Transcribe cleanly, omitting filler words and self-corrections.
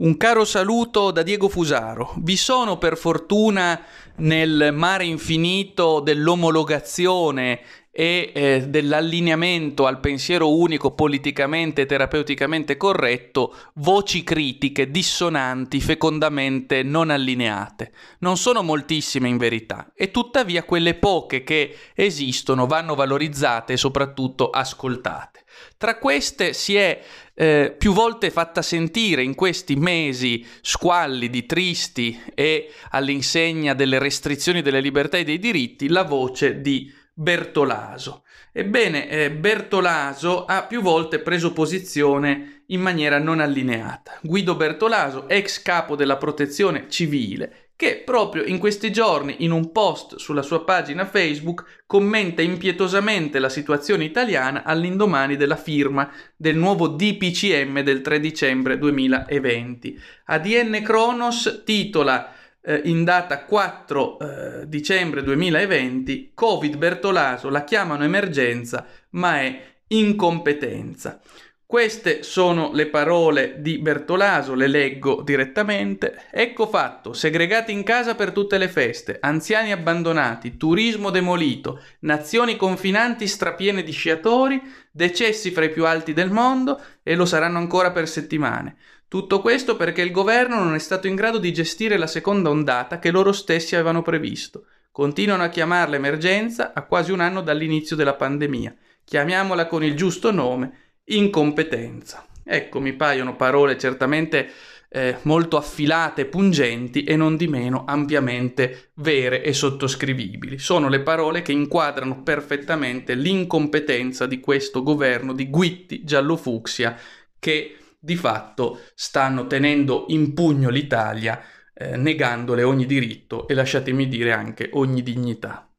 Un caro saluto da Diego Fusaro. Vi sono per fortuna nel mare infinito dell'omologazione e dell'allineamento al pensiero unico politicamente e terapeuticamente corretto voci critiche, dissonanti, fecondamente non allineate. Non sono moltissime in verità e tuttavia quelle poche che esistono vanno valorizzate e soprattutto ascoltate. Tra queste si è più volte fatta sentire in questi mesi squallidi, tristi e all'insegna delle restrizioni delle libertà e dei diritti la voce di Bertolaso. Ebbene, Bertolaso ha più volte preso posizione in maniera non allineata. Guido Bertolaso, ex capo della Protezione Civile, che proprio in questi giorni in un post sulla sua pagina Facebook commenta impietosamente la situazione italiana all'indomani della firma del nuovo DPCM del 3 dicembre 2020. ADN Kronos titola in data 4 dicembre 2020 Covid Bertolaso, la chiamano emergenza ma è incompetenza. Queste sono le parole di Bertolaso, le leggo direttamente. Ecco fatto, segregati in casa per tutte le feste, anziani abbandonati, turismo demolito, nazioni confinanti strapiene di sciatori, decessi fra i più alti del mondo e lo saranno ancora per settimane. Tutto questo perché il governo non è stato in grado di gestire la seconda ondata che loro stessi avevano previsto. Continuano a chiamarla emergenza a quasi un anno dall'inizio della pandemia. Chiamiamola con il giusto nome: incompetenza. Ecco, mi paiono parole certamente molto affilate, pungenti e non di meno ampiamente vere e sottoscrivibili. Sono le parole che inquadrano perfettamente l'incompetenza di questo governo di guitti giallo-fucsia che di fatto stanno tenendo in pugno l'Italia, negandole ogni diritto e, lasciatemi dire, anche ogni dignità.